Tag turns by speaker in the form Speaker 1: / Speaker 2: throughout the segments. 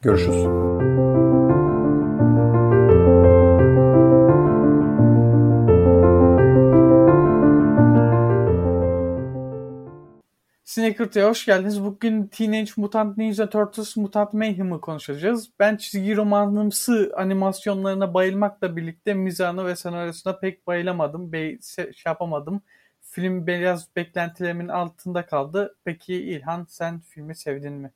Speaker 1: Görüşürüz.
Speaker 2: Snackert'e hoş geldiniz. Bugün Teenage Mutant Ninja Turtles Mutant Mayhem'ı konuşacağız. Ben çizgi romanımsı animasyonlarına bayılmakla birlikte mizahına ve senaryosuna pek bayılamadım. Yapamadım. Film biraz beklentilerimin altında kaldı. Peki İlhan, sen filmi sevdin mi?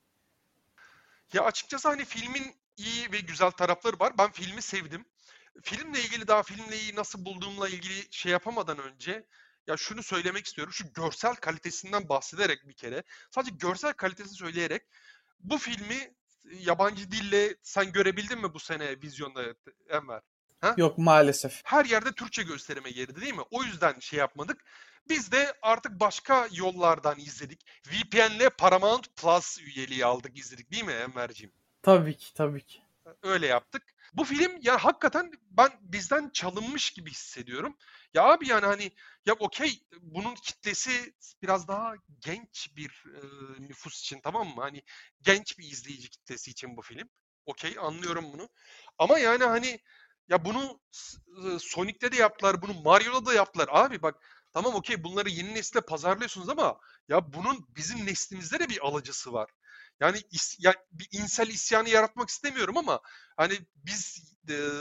Speaker 3: Ya açıkçası hani filmin iyi ve güzel tarafları var. Ben filmi sevdim. Filmle ilgili daha filmle nasıl bulduğumla ilgili şey yapamadan önce ya şunu söylemek istiyorum. Şu görsel kalitesinden bahsederek bir kere. Sadece görsel kalitesini söyleyerek bu filmi yabancı dille sen görebildin mi bu sene vizyonda Enver? Ha?
Speaker 2: Yok, maalesef.
Speaker 3: Her yerde Türkçe gösterime girdi değil mi? O yüzden şey yapmadık. Biz de artık başka yollardan izledik. VPN'le Paramount Plus üyeliği aldık, izledik değil mi Enverciğim?
Speaker 2: Tabii ki, tabii ki.
Speaker 3: Öyle yaptık. Bu film ya hakikaten ben bizden çalınmış gibi hissediyorum. Ya abi yani hani ya okey bunun kitlesi biraz daha genç bir nüfus için, tamam mı? Hani genç bir izleyici kitlesi için bu film. Okey, anlıyorum bunu. Ama yani hani ya bunu Sonic'te de yaptılar, bunu Mario'da da yaptılar. Abi bak tamam okey bunları yeni nesile pazarlıyorsunuz ama ya bunun bizim neslimizde de bir alıcısı var. Yani ya bir insel isyanı yaratmak istemiyorum ama hani biz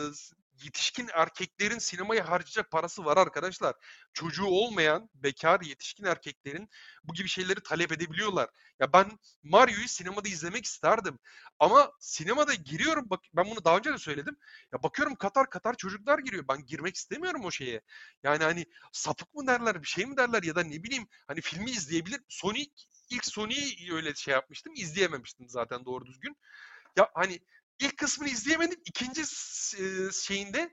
Speaker 3: yetişkin erkeklerin sinemaya harcayacak parası var arkadaşlar. Çocuğu olmayan bekar yetişkin erkeklerin bu gibi şeyleri talep edebiliyorlar. Ya ben Mario'yu sinemada izlemek isterdim. Ama sinemada giriyorum, bak ben bunu daha önce de söyledim. Ya bakıyorum Katar Katar çocuklar giriyor. Ben girmek istemiyorum o şeye. Yani hani sapık mı derler, bir şey mi derler ya da ne bileyim hani filmi izleyebilir. İlk Sony'yi öyle şey yapmıştım. İzleyememiştim zaten doğru düzgün. Ya hani ilk kısmını izleyemedim. İkinci şeyinde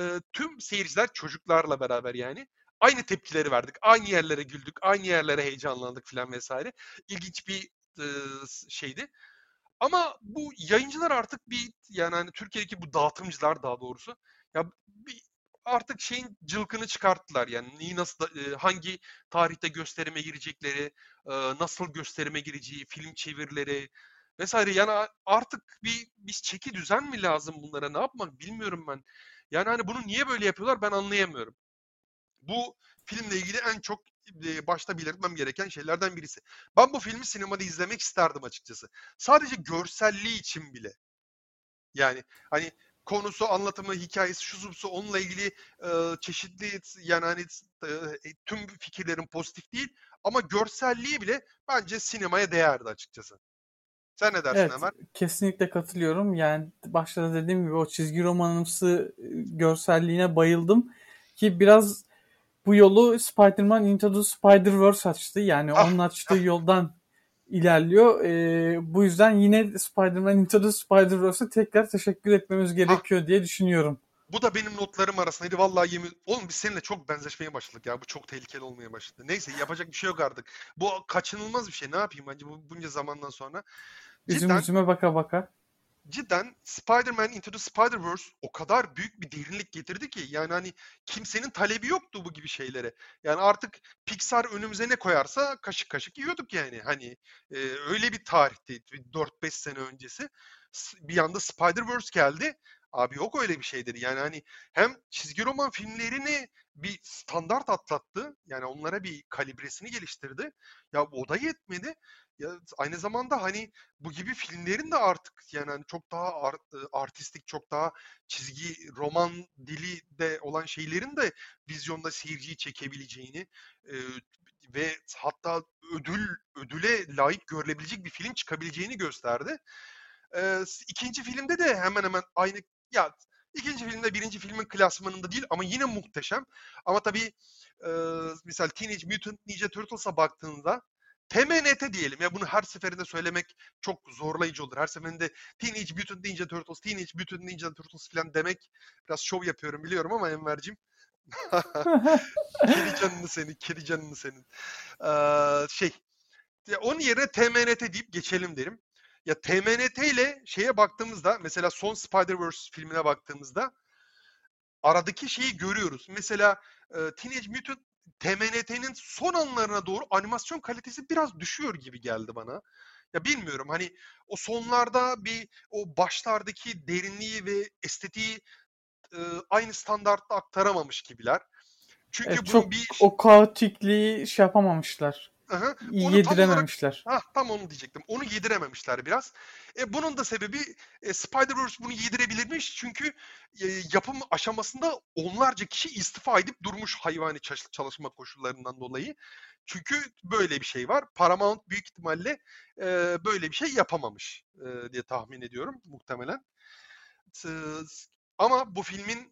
Speaker 3: tüm seyirciler çocuklarla beraber yani aynı tepkileri verdik. Aynı yerlere güldük. Aynı yerlere heyecanlandık filan vesaire. İlginç bir e, şeydi. Ama bu yayıncılar artık bir yani hani Türkiye'deki bu dağıtımcılar daha doğrusu ya bir artık şeyin cılkını çıkarttılar yani neyi nasıl hangi tarihte gösterime girecekleri, nasıl gösterime gireceği, film çevirileri vesaire yani artık bir çeki düzen mi lazım bunlara, ne yapmak bilmiyorum ben. Yani hani bunu niye böyle yapıyorlar ben anlayamıyorum. Bu filmle ilgili en çok başta belirtmem gereken şeylerden birisi. Ben bu filmi sinemada izlemek isterdim açıkçası. Sadece görselliği için bile. Yani hani konusu, anlatımı, hikayesi, şusu busu onunla ilgili çeşitli yani hani tüm fikirlerin pozitif değil ama görselliği bile bence sinemaya değerdi açıkçası. Sen ne dersin
Speaker 2: Evet,
Speaker 3: Ömer?
Speaker 2: kesinlikle katılıyorum. Yani başta da dediğim gibi o çizgi romanımsı görselliğine bayıldım. Ki biraz bu yolu Spider-Man Into the Spider-Verse açtı. Yani
Speaker 3: Hah,
Speaker 2: onun açtığı
Speaker 3: hah,
Speaker 2: yoldan ilerliyor. Bu yüzden yine Spider-Man Into the Spider-Verse'e tekrar teşekkür etmemiz
Speaker 3: hah.
Speaker 2: gerekiyor diye düşünüyorum.
Speaker 3: Bu da benim notlarım arasındaydı. Vallahi yemin... Oğlum biz seninle çok benzeşmeye başladık ya. Bu çok tehlikeli olmaya başladı. Neyse yapacak bir şey yok artık. Bu kaçınılmaz bir şey. Ne yapayım bence bu bunca zamandan sonra.
Speaker 2: Üzüm
Speaker 3: Cidden
Speaker 2: üzüme baka baka.
Speaker 3: cidden Spider-Man Into the Spider-Verse o kadar büyük bir derinlik getirdi ki yani hani kimsenin talebi yoktu bu gibi şeylere. Yani artık Pixar önümüze ne koyarsa kaşık kaşık yiyorduk yani. Hani öyle bir tarihti 4-5 sene öncesi. Bir anda Spider-Verse geldi. Abi yok öyle bir şey dedi. Yani hani hem çizgi roman filmlerini bir standart atlattı. Yani onlara bir kalibresini geliştirdi. Ya o da yetmedi. Ya aynı zamanda hani bu gibi filmlerin de artık yani hani çok daha artistik, çok daha çizgi roman dili de olan şeylerin de vizyonda seyirciyi çekebileceğini e, ve hatta ödüle layık görülebilecek bir film çıkabileceğini gösterdi. İkinci filmde de hemen hemen aynı ya ikinci filmde birinci filmin klasmanında değil ama yine muhteşem. Ama tabii e, mesela Teenage Mutant Ninja Turtles'a baktığında TMNT diyelim ya bunu her seferinde söylemek çok zorlayıcı olur. Her seferinde Teenage Mutant Ninja Turtles, Teenage Mutant Ninja Turtles falan demek biraz şov yapıyorum biliyorum ama Enver'cim. Kedi canını senin, kedi canını senin. Şey, ya onun yerine TMNT deyip geçelim derim. Ya TMNT ile şeye baktığımızda mesela son Spider-Verse filmine baktığımızda aradaki şeyi görüyoruz. Mesela Teenage Mutant TMNT'nin son anlarına doğru animasyon kalitesi biraz düşüyor gibi geldi bana. Ya bilmiyorum hani o sonlarda bir o başlardaki derinliği ve estetiği aynı standartta aktaramamış gibiler. Çünkü bunun
Speaker 2: Çok
Speaker 3: bir
Speaker 2: o kaotikliği şey yapamamışlar.
Speaker 3: Aha, onu tam olarak
Speaker 2: Yedirememişler.
Speaker 3: tam onu diyecektim. Onu yedirememişler biraz. Bunun da sebebi Spider-Verse bunu yedirebilirmiş. Çünkü yapım aşamasında onlarca kişi istifa edip durmuş hayvani çalışma koşullarından dolayı. Çünkü böyle bir şey var. Paramount büyük ihtimalle böyle bir şey yapamamış diye tahmin ediyorum muhtemelen. E, Ama bu filmin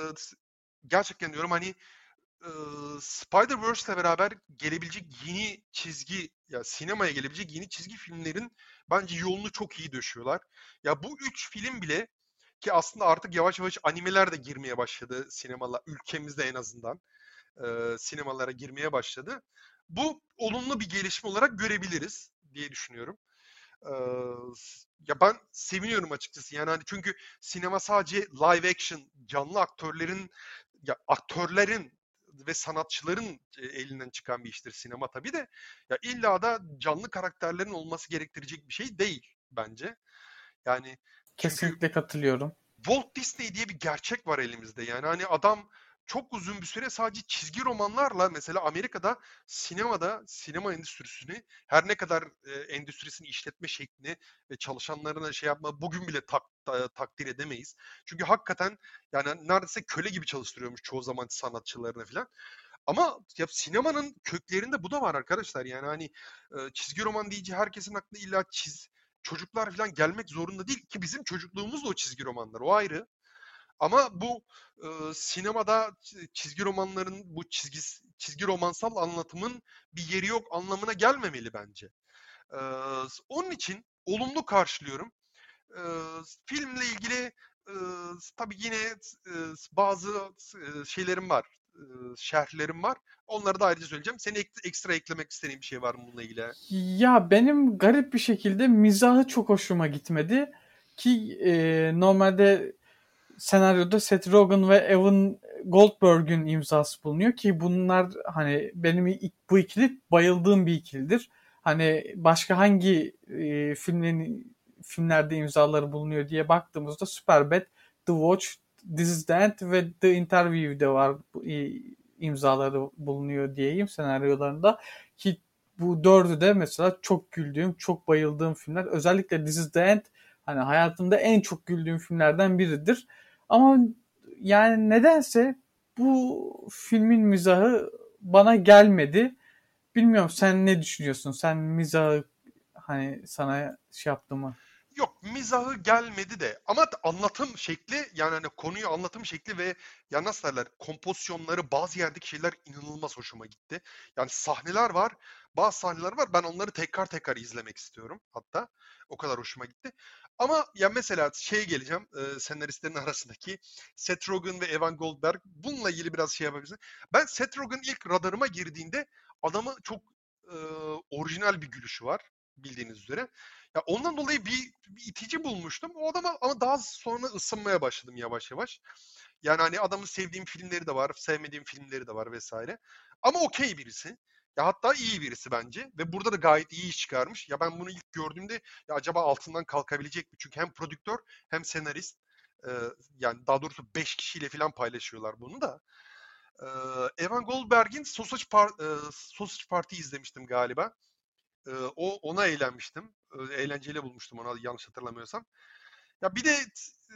Speaker 3: gerçekten diyorum hani eee, Spider-Verse'le beraber gelebilecek yeni çizgi ya sinemaya gelebilecek yeni çizgi filmlerin bence yolunu çok iyi döşüyorlar. Ya bu üç film bile ki aslında artık yavaş yavaş animeler de girmeye başladı sinemalar ülkemizde en azından sinemalara girmeye başladı. Bu olumlu bir gelişme olarak görebiliriz diye düşünüyorum. Eee, Ya ben seviniyorum açıkçası. Yani hani çünkü sinema sadece live action, canlı aktörlerin aktörlerin ve sanatçıların elinden çıkan bir iştir sinema tabii de. Ya illa da canlı karakterlerin olması gerektirecek bir şey değil bence. Yani çünkü
Speaker 2: Kesinlikle katılıyorum.
Speaker 3: Walt Disney diye bir gerçek var elimizde. Yani hani adam çok uzun bir süre sadece çizgi romanlarla mesela Amerika'da sinema endüstrisini her ne kadar endüstrisini işletme şeklini ve çalışanlarına şey yapma bugün bile takdir edemeyiz. Çünkü hakikaten yani neredeyse köle gibi çalıştırıyormuş çoğu zaman sanatçılarını falan. Ama ya sinemanın köklerinde bu da var arkadaşlar. Yani hani çizgi roman deyince herkesin aklına illa çocuklar falan gelmek zorunda değil ki bizim çocukluğumuz da o çizgi romanlar. O ayrı. Ama bu sinemada çizgi romanların bu çizgi romansal anlatımın bir yeri yok anlamına gelmemeli bence. E, Onun için olumlu karşılıyorum. E, Filmle ilgili e, tabii yine bazı şeylerim var, şerhlerim var. Onları da ayrıca söyleyeceğim. Senin ekstra eklemek istediğin bir şey var mı bununla ilgili?
Speaker 2: Ya benim garip bir şekilde mizahı çok hoşuma gitmedi ki normalde senaryoda Seth Rogen ve Evan Goldberg'ün imzası bulunuyor ki bunlar hani benim bu ikili bayıldığım bir ikilidir. Hani başka hangi filmlerde imzaları bulunuyor diye baktığımızda Superbad, The Watch, This Is The End ve The Interview'de var imzaları bulunuyor diyeyim senaryolarında ki bu dördü de mesela çok güldüğüm, çok bayıldığım filmler. Özellikle This Is The End hani hayatımda en çok güldüğüm filmlerden biridir. Ama yani nedense bu filmin mizahı bana gelmedi. Bilmiyorum sen ne düşünüyorsun? Sen mizahı hani sana şey yaptı mı?
Speaker 3: Yok mizahı gelmedi de ama anlatım şekli yani hani konuyu anlatım şekli ve ya nasıl derler kompozisyonları bazı yerdeki şeyler inanılmaz hoşuma gitti. Yani sahneler var bazı sahneler var ben onları tekrar tekrar izlemek istiyorum hatta o kadar hoşuma gitti. Ama ya mesela şeye geleceğim senaristlerin arasındaki Seth Rogen ve Evan Goldberg bununla ilgili biraz şey yapabiliriz. Ben Seth Rogen ilk radarıma girdiğinde adamı çok e, orijinal bir gülüşü var bildiğiniz üzere. Ya ondan dolayı bir itici bulmuştum. O adama ama daha sonra ısınmaya başladım yavaş yavaş. Yani hani adamın sevdiğim filmleri de var, sevmediğim filmleri de var vesaire. Ama okey birisi. Ya hatta iyi birisi bence ve burada da gayet iyi iş çıkarmış. Ya ben bunu ilk gördüğümde ya acaba altından kalkabilecek mi? Çünkü hem prodüktör hem senarist e, yani daha doğrusu 5 kişiyle falan paylaşıyorlar bunu da. Evan Goldberg'in Sausage Party izlemiştim galiba. Ona eğlenmiştim. Eğlenceli bulmuştum onu yanlış hatırlamıyorsam. Ya bir de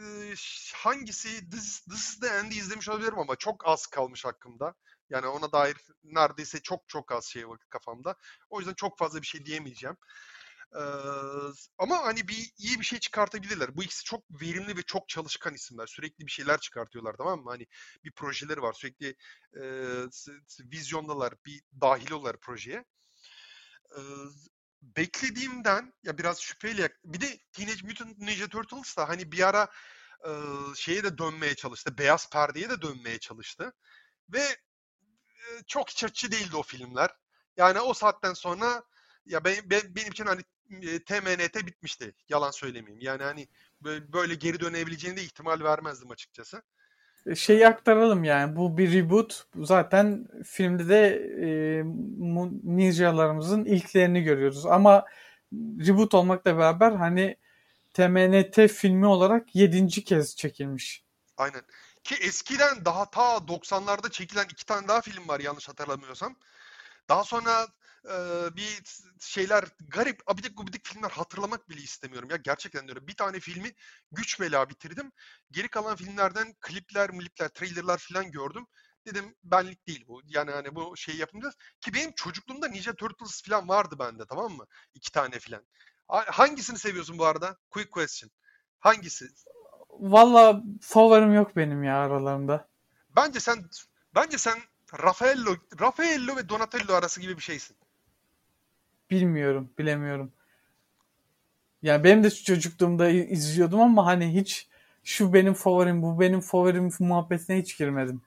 Speaker 3: hangisi This is the End'i izlemiş olabilirim ama çok az kalmış hakkımda. Yani ona dair neredeyse çok çok az şey var kafamda. O yüzden çok fazla bir şey diyemeyeceğim. Ee, Ama hani iyi bir şey çıkartabilirler. Bu ikisi çok verimli ve çok çalışkan isimler. Sürekli bir şeyler çıkartıyorlar tamam mı? Hani bir projeleri var. Sürekli e, vizyondalar, bir dahil projeye. Ee, Beklediğimden ya biraz şüpheyle bir de Teenage Mutant Ninja Turtles da hani bir ara e, şeye de dönmeye çalıştı. Beyaz perdeye de dönmeye çalıştı. Ve çok iç açıcı değildi o filmler. Yani o saatten sonra ya benim için hani TMNT bitmişti. Yalan söylemeyeyim. Yani hani böyle geri dönebileceğine de ihtimal vermezdim açıkçası.
Speaker 2: Şeyi aktaralım yani bu bir reboot. Zaten filmde de ninjalarımızın ilklerini görüyoruz. Ama reboot olmakla beraber hani TMNT filmi olarak 7. kez çekilmiş.
Speaker 3: Aynen. Ki eskiden daha ta 90'larda çekilen 2 tane daha film var yanlış hatırlamıyorsam. Daha sonra bir şeyler garip abidik gubidik filmler hatırlamak bile istemiyorum ya gerçekten diyorum. Bir tane filmi güç bela bitirdim. Geri kalan filmlerden klipler, trailerlar falan gördüm. Dedim benlik değil bu. Yani hani bu şeyi yapmayacağız. Ki benim çocukluğumda Ninja Turtles falan vardı bende, tamam mı? 2 tane falan. Hangisini seviyorsun bu arada? Quick question. Hangisi?
Speaker 2: Valla favorim yok benim ya aralarında.
Speaker 3: Bence sen bence sen Raffaello ve Donatello arası gibi bir şeysin.
Speaker 2: Bilmiyorum, bilemiyorum. Yani benim de çocukluğumda izliyordum ama hani hiç şu benim favorim, bu benim favorim muhabbetine hiç girmedim.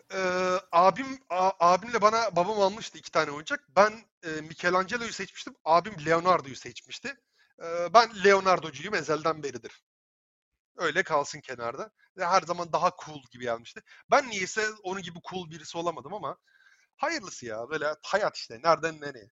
Speaker 3: Abimle bana babam almıştı 2 tane oyuncak. Ben Michelangelo'yu seçmiştim. Abim Leonardo'yu seçmişti. Ben Leonardo'cuyum ezelden beridir. Öyle kalsın kenarda. Ve her zaman daha cool gibi gelmişti. Ben niyeyse onun gibi cool birisi olamadım ama hayırlısı ya. Böyle hayat işte. Nereden nereye.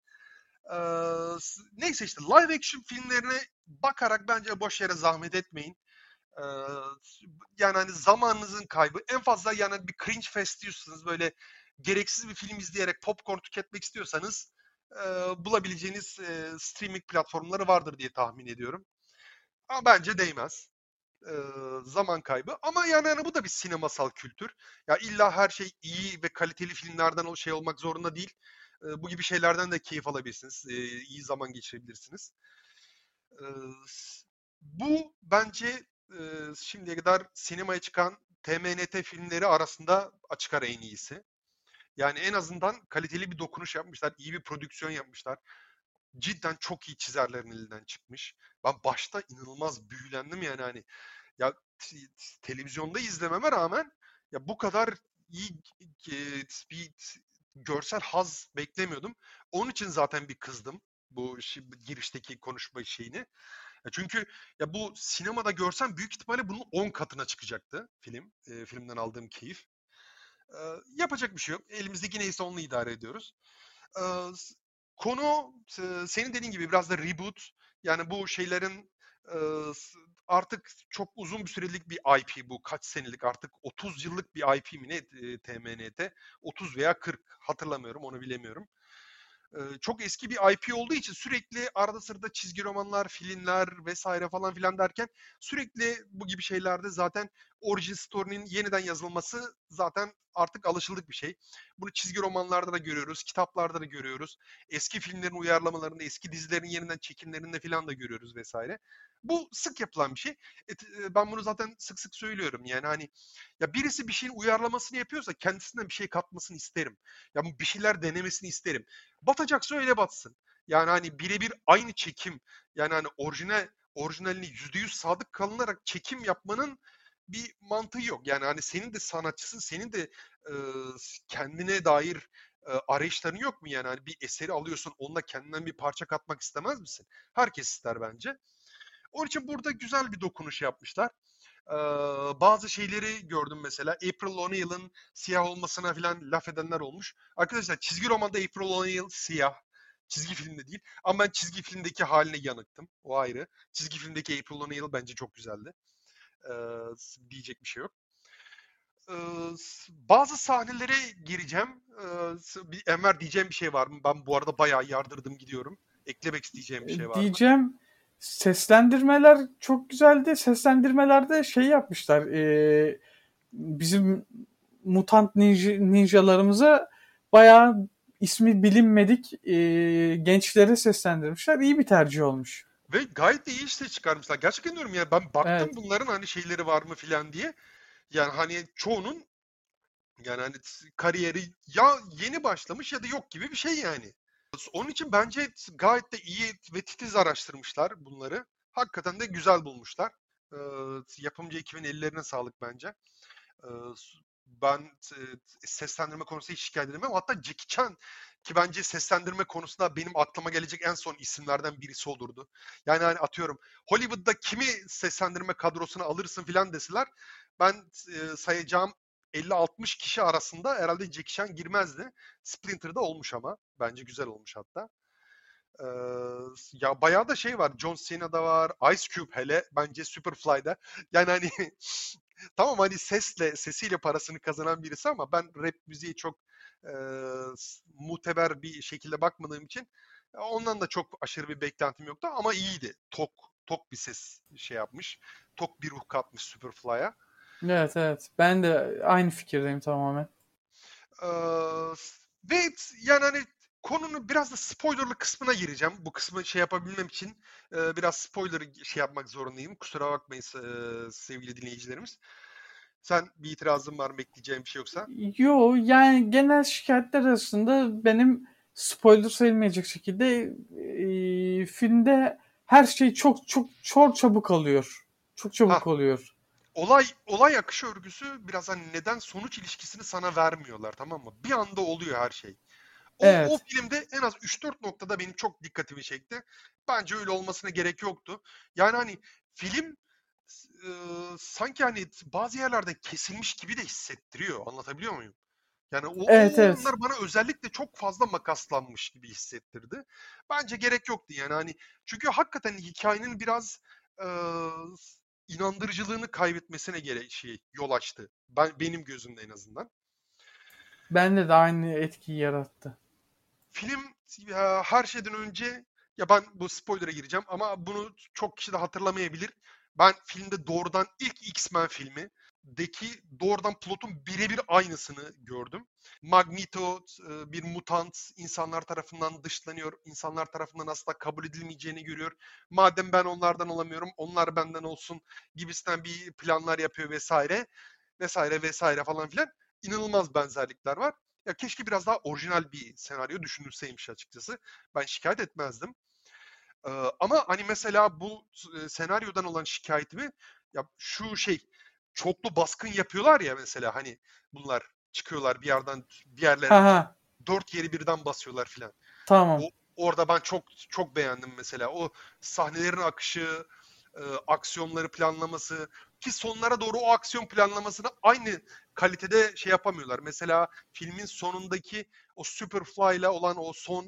Speaker 3: Neyse işte live action filmlerine bakarak bence boş yere zahmet etmeyin. Ee, Yani hani zamanınızın kaybı. En fazla yani bir cringe fest diyorsanız böyle gereksiz bir film izleyerek popcorn tüketmek istiyorsanız bulabileceğiniz streaming platformları vardır diye tahmin ediyorum. Ama bence değmez. Ee, Zaman kaybı. Ama yani hani bu da bir sinemasal kültür. Ya illa her şey iyi ve kaliteli filmlerden o şey olmak zorunda değil. Bu gibi şeylerden de keyif alabilirsiniz. İyi zaman geçirebilirsiniz. Bu bence şimdiye kadar sinemaya çıkan TMNT filmleri arasında açık ara en iyisi. Yani en azından kaliteli bir dokunuş yapmışlar, iyi bir prodüksiyon yapmışlar. Cidden çok iyi çizerlerin elinden çıkmış. Ben başta inanılmaz büyülendim yani hani ya televizyonda izlememe rağmen ya bu kadar iyi bir görsel haz beklemiyordum. Onun için zaten bir kızdım bu girişteki konuşma şeyini. Çünkü ya bu sinemada görsem büyük ihtimalle bunun 10 katına çıkacaktı film. Filmden aldığım keyif. Yapacak bir şey yok. Elimizdeki neyse onunla idare ediyoruz. Ee, Konu senin dediğin gibi biraz da reboot. Yani bu şeylerin e, artık çok uzun bir sürelik bir IP bu. Kaç senelik artık 30 yıllık bir IP mi ne TMNT? 30 veya 40 hatırlamıyorum onu bilemiyorum. Çok eski bir IP olduğu için sürekli arada sırada çizgi romanlar, filmler vesaire falan filan derken sürekli bu gibi şeylerde zaten origin story'nin yeniden yazılması zaten artık alışıldık bir şey. Bunu çizgi romanlarda da görüyoruz, kitaplarda da görüyoruz. Eski filmlerin uyarlamalarında, eski dizilerin yeniden çekimlerinde filan da görüyoruz vesaire. Bu sık yapılan bir şey. Ben bunu zaten sık sık söylüyorum. Yani hani ya birisi bir şeyin uyarlamasını yapıyorsa kendisinden bir şey katmasını isterim. Ya bir şeyler denemesini isterim. Batacaksa öyle batsın. Yani hani birebir aynı çekim yani hani orijinaline %100 sadık kalınarak çekim yapmanın bir mantığı yok. Yani hani senin de sanatçısın, senin de e, kendine dair arayışların yok mu? Yani hani bir eseri alıyorsun, onunla kendinden bir parça katmak istemez misin? Herkes ister bence. Onun için burada güzel bir dokunuş yapmışlar. Ee, Bazı şeyleri gördüm mesela. April O'Neil'ın siyah olmasına falan laf edenler olmuş. Arkadaşlar çizgi romanda April O'Neil siyah. Çizgi filmde değil. Ama ben çizgi filmdeki haline yanıktım. O ayrı. Çizgi filmdeki April O'Neil bence çok güzeldi. Ee, Diyecek bir şey yok. Ee, Bazı sahnelere gireceğim. Enver diyeceğim bir şey var mı? Ben bu arada bayağı yardırdım gidiyorum. Eklemek isteyeceğim bir şey var mı?
Speaker 2: Diyeceğim, seslendirmeler çok güzeldi. Seslendirmelerde şey yapmışlar. Bizim mutant ninjalarımıza bayağı ismi bilinmedik gençlere seslendirmişler. İyi bir tercih olmuş.
Speaker 3: Ve gayet de iyi işte çıkarmışlar. Gerçekten diyorum ya ben baktım
Speaker 2: Evet.
Speaker 3: bunların hani şeyleri var mı filan diye. Yani hani çoğunun yani hani kariyeri ya yeni başlamış ya da yok gibi bir şey yani. Onun için bence gayet de iyi ve titiz araştırmışlar bunları. Hakikaten de güzel bulmuşlar. Ee, Yapımcı ekibin ellerine sağlık bence. Ee, Ben seslendirme konusunda hiç şikayet edemem. Hatta Jackie Chan ki bence seslendirme konusunda benim aklıma gelecek en son isimlerden birisi olurdu. Yani hani atıyorum Hollywood'da kimi seslendirme kadrosuna alırsın filan deseler ben sayacağım 50-60 kişi arasında herhalde Jackie Chan girmezdi. Splinter'da olmuş ama. Bence güzel olmuş hatta. Ee, ya bayağı da şey var. John Cena'da var. Ice Cube hele bence Superfly'da. Yani hani tamam hani sesiyle parasını kazanan birisi ama ben rap müziği çok e, muteber bir şekilde bakmadığım için ondan da çok aşırı bir beklentim yoktu ama iyiydi. Tok bir ses şey yapmış. Tok bir ruh katmış Superfly'a.
Speaker 2: Evet, evet. Ben de aynı fikirdeyim tamamen.
Speaker 3: Ee, ve yani hani konunun biraz da spoilerlı kısmına gireceğim. Bu kısmı şey yapabilmem için biraz spoiler şey yapmak zorundayım. Kusura bakmayın sevgili dinleyicilerimiz. Sen bir itirazın var mı, ekleyeceğin bir şey yoksa?
Speaker 2: Yo, yani genel şikayetler arasında benim spoiler sayılmayacak şekilde filmde her şey çok çabuk alıyor. Çok çabuk
Speaker 3: Ha,
Speaker 2: oluyor.
Speaker 3: olay akışı örgüsü biraz hani neden sonuç ilişkisini sana vermiyorlar, tamam mı? Bir anda oluyor her şey. O
Speaker 2: Evet.
Speaker 3: filmde en az 3-4 noktada benim çok dikkatimi çekti. Bence öyle olmasına gerek yoktu. Yani hani film e, sanki hani bazı yerlerden kesilmiş gibi de hissettiriyor. Anlatabiliyor muyum? Yani
Speaker 2: Evet,
Speaker 3: o
Speaker 2: evet.
Speaker 3: anlar bana özellikle çok fazla makaslanmış gibi hissettirdi. Bence gerek yoktu yani hani çünkü hakikaten hikayenin biraz e, inandırıcılığını kaybetmesine yol açtı. Benim gözümde en azından.
Speaker 2: Bende de aynı etkiyi yarattı.
Speaker 3: Film her şeyden önce ya ben bu spoiler'a gireceğim ama bunu çok kişi de hatırlamayabilir. Ben filmde doğrudan ilk X-Men filmideki doğrudan plotun birebir aynısını gördüm. Magneto bir mutant, insanlar tarafından dışlanıyor, insanlar tarafından asla kabul edilmeyeceğini görüyor. Madem ben onlardan olamıyorum, onlar benden olsun gibisinden bir planlar yapıyor vesaire vesaire vesaire falan filan. İnanılmaz benzerlikler var. Ya keşke biraz daha orijinal bir senaryo düşünülseymiş açıkçası. Ben şikayet etmezdim. Ama hani mesela bu senaryodan olan şikayetimi ya şu şey çoklu baskın yapıyorlar ya mesela hani bunlar çıkıyorlar bir yerden bir
Speaker 2: Ha
Speaker 3: yerlere
Speaker 2: ha.
Speaker 3: dört yeri birden basıyorlar filan.
Speaker 2: Tamam.
Speaker 3: Orada ben çok beğendim mesela. O sahnelerin akışı, aksiyonları planlaması ki sonlara doğru o aksiyon planlamasını aynı kalitede şey yapamıyorlar. Mesela filmin sonundaki o Superfly ile olan o son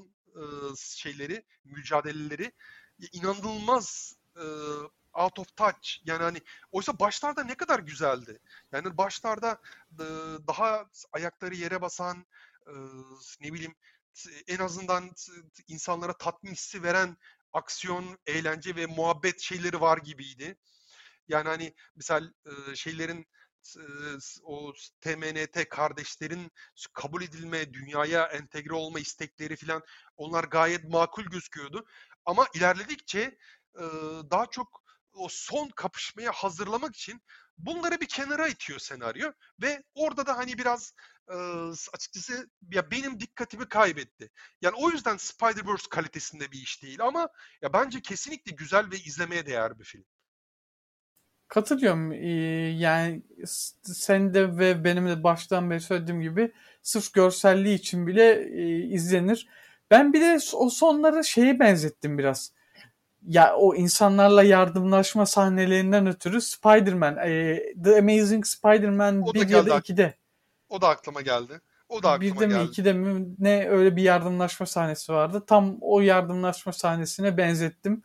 Speaker 3: mücadeleleri inanılmaz out of touch. Yani hani oysa başlarda ne kadar güzeldi. Yani başlarda daha ayakları yere basan, e, ne bileyim en azından insanlara tatmin hissi veren aksiyon, eğlence ve muhabbet şeyleri var gibiydi. Yani hani misal şeylerin e, o TMNT kardeşlerin kabul edilme, dünyaya entegre olma istekleri falan onlar gayet makul gözüküyordu. Ama ilerledikçe e, daha çok o son kapışmaya hazırlamak için bunları bir kenara itiyor senaryo ve orada da hani biraz e, açıkçası ya benim dikkatimi kaybetti. Yani o yüzden Spider-Verse kalitesinde bir iş değil ama ya bence kesinlikle güzel ve izlemeye değer bir film.
Speaker 2: Katılıyorum. Yani sen de ve benim de baştan beri söylediğim gibi sırf görselliği için bile izlenir. Ben bir de o sonları şeye benzettim biraz. Ya o insanlarla yardımlaşma sahnelerinden ötürü Spider-Man, The Amazing Spider-Man
Speaker 3: O da
Speaker 2: 1 ya da
Speaker 3: geldi
Speaker 2: 2'de.
Speaker 3: O da aklıma geldi. O da aklıma
Speaker 2: 1'de mi
Speaker 3: geldi.
Speaker 2: 2'de mi ne öyle bir yardımlaşma sahnesi vardı. Tam o yardımlaşma sahnesine benzettim.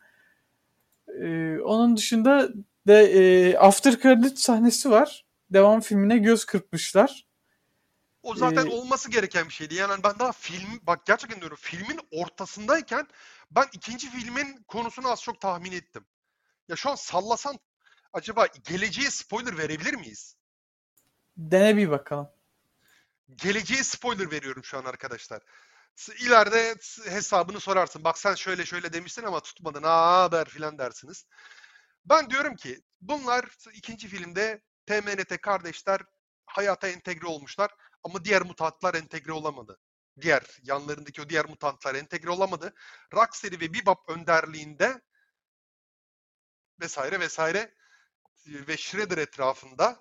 Speaker 2: Onun dışında de After Credit sahnesi var. Devam filmine göz kırpmışlar.
Speaker 3: O zaten
Speaker 2: E,
Speaker 3: olması gereken bir şeydi. Yani ben daha bak gerçekten diyorum filmin ortasındayken ben ikinci filmin konusunu az çok tahmin ettim. Ya şu an sallasan acaba geleceğe spoiler verebilir miyiz?
Speaker 2: Dene bir bakalım.
Speaker 3: Geleceğe spoiler veriyorum şu an arkadaşlar. İleride hesabını sorarsın. Bak sen şöyle şöyle demiştin ama tutmadın. Aa haber filan dersiniz. Ben diyorum ki bunlar ikinci filmde TMNT kardeşler hayata entegre olmuşlar ama diğer mutantlar entegre olamadı. Yanlarındaki o diğer mutantlar entegre olamadı. Rocksteady ve Bebop önderliğinde vesaire vesaire ve Shredder etrafında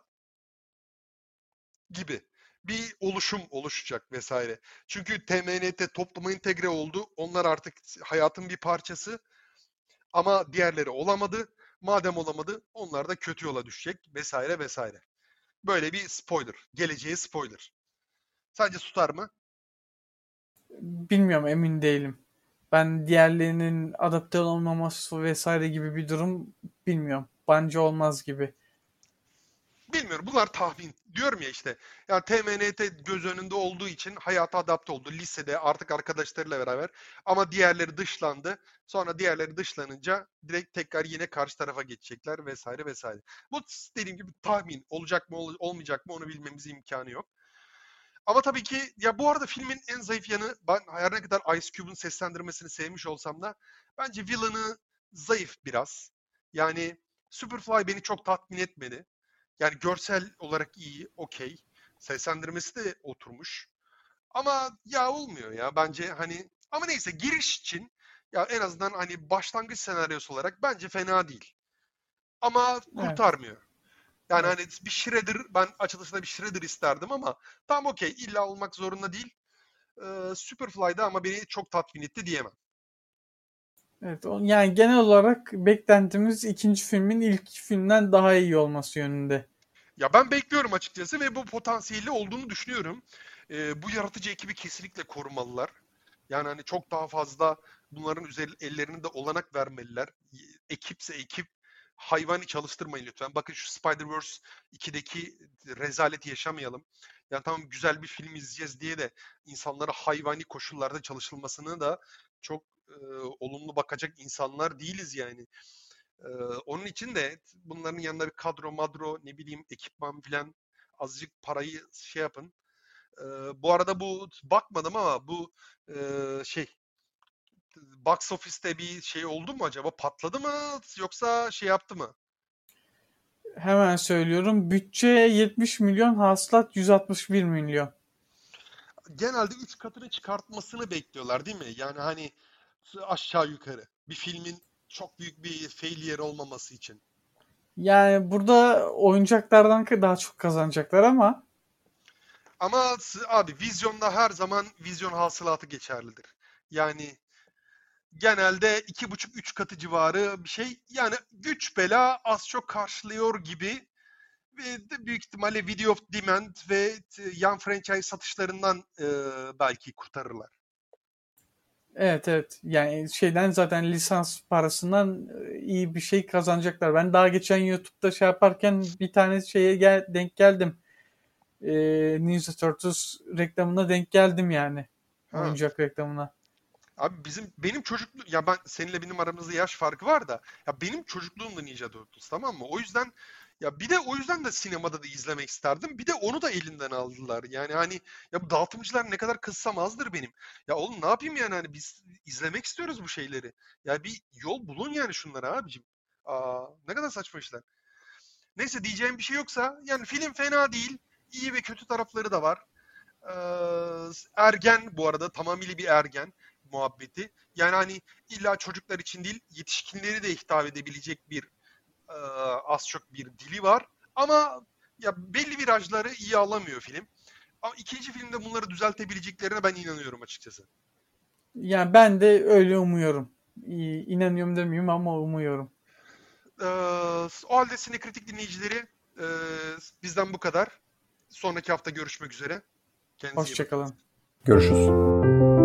Speaker 3: gibi bir oluşum oluşacak vesaire. Çünkü TMNT topluma entegre oldu. Onlar artık hayatın bir parçası ama diğerleri olamadı. Madem olamadı onlar da kötü yola düşecek vesaire vesaire. Böyle bir spoiler. Geleceğe spoiler. Sence tutar mı?
Speaker 2: Bilmiyorum, emin değilim. Ben diğerlerinin adapte olmaması vesaire gibi bir durum bilmiyorum. Bence olmaz gibi.
Speaker 3: Bilmiyorum. Bunlar tahmin. Diyorum ya işte. Ya TMNT göz önünde olduğu için hayata adapte oldu. Lisede artık arkadaşlarıyla beraber. Ama diğerleri dışlandı. Sonra diğerleri dışlanınca direkt tekrar yine karşı tarafa geçecekler vesaire vesaire. Bu dediğim gibi tahmin. Olacak mı olmayacak mı onu bilmemiz imkanı yok. Ama tabii ki ya bu arada filmin en zayıf yanı, ben her ne kadar Ice Cube'un seslendirmesini sevmiş olsam da bence villain'ı zayıf biraz. Yani Superfly beni çok tatmin etmedi. Yani görsel olarak iyi, okey. Seslendirmesi de oturmuş. Ama ya olmuyor ya bence hani, ama neyse, giriş için ya en azından hani başlangıç senaryosu olarak bence fena değil. Ama
Speaker 2: Evet.
Speaker 3: kurtarmıyor. Yani hani
Speaker 2: Evet.
Speaker 3: bir Shredder, ben açılışında bir Shredder isterdim ama tamam, okey, illa olmak zorunda değil. Superfly'da ama beni çok tatmin etti diyemem.
Speaker 2: Evet. Yani genel olarak beklentimiz ikinci filmin ilk filmden daha iyi olması yönünde.
Speaker 3: Ya ben bekliyorum açıkçası ve bu potansiyeli olduğunu düşünüyorum. Bu yaratıcı ekibi kesinlikle korumalılar. Yani hani çok daha fazla bunların ellerine de olanak vermeliler. Ekipse ekip, hayvani çalıştırmayın lütfen. Bakın şu Spider-Verse 2'deki rezaleti yaşamayalım. Yani tamam, güzel bir film izleyeceğiz diye de insanlara hayvani koşullarda çalışılmasını da çok olumlu bakacak insanlar değiliz yani. Ee, Onun için de bunların yanında bir kadro madro, ne bileyim, ekipman filan, azıcık parayı şey yapın. Bu arada bu bakmadım ama bu şey, box office'te bir şey oldu mu acaba? Patladı mı yoksa şey yaptı mı?
Speaker 2: Hemen söylüyorum. Bütçe 70 milyon, hasılat 161 milyon.
Speaker 3: Genelde 3 katını çıkartmasını bekliyorlar değil mi? Yani hani aşağı yukarı. Bir filmin çok büyük bir failure olmaması için.
Speaker 2: Yani burada oyuncaklardan daha çok kazanacaklar ama
Speaker 3: Ama abi, vizyonda her zaman vizyon hasılatı geçerlidir. Yani genelde 2,5-3 katı civarı bir şey. Yani güç bela az çok karşılıyor gibi ve de büyük ihtimalle Video of Demand ve yan franchise satışlarından belki kurtarırlar.
Speaker 2: evet, evet. Yani şeyden zaten lisans parasından iyi bir şey kazanacaklar. Ben daha geçen YouTube'da şey yaparken bir tane şeye denk geldim. Ninja Turtles reklamına denk geldim yani.
Speaker 3: Ha.
Speaker 2: Oyuncak reklamına.
Speaker 3: Abi benim çocukluğum, ya ben seninle, benim aramızda yaş farkı var da ya benim çocukluğum da Ninja Turtles, tamam mı? O yüzden ya, bir de o yüzden de sinemada da izlemek isterdim. Bir de onu da elinden aldılar. Yani hani, ya bu dağıtımcılar ne kadar kızsam azdır benim. Ya oğlum, ne yapayım yani, hani biz izlemek istiyoruz bu şeyleri. Ya bir yol bulun yani şunlara abicim. Ne kadar saçma işler. Neyse, diyeceğim bir şey yoksa, yani film fena değil. İyi ve kötü tarafları da var. Ergen, bu arada tamamıyla bir ergen muhabbeti. Yani hani illa çocuklar için değil, yetişkinleri de hitap edebilecek bir e, az çok bir dili var. Ama ya belli virajları iyi alamıyor film. Ama ikinci filmde bunları düzeltebileceklerine ben inanıyorum açıkçası.
Speaker 2: Yani ben de öyle umuyorum. İnanıyorum demiyorum ama umuyorum.
Speaker 3: Ee, O halde Sinekritik dinleyicileri, e, bizden bu kadar. Sonraki hafta görüşmek üzere. Kendinize iyi bakın.
Speaker 2: Hoşçakalın.
Speaker 1: Görüşürüz.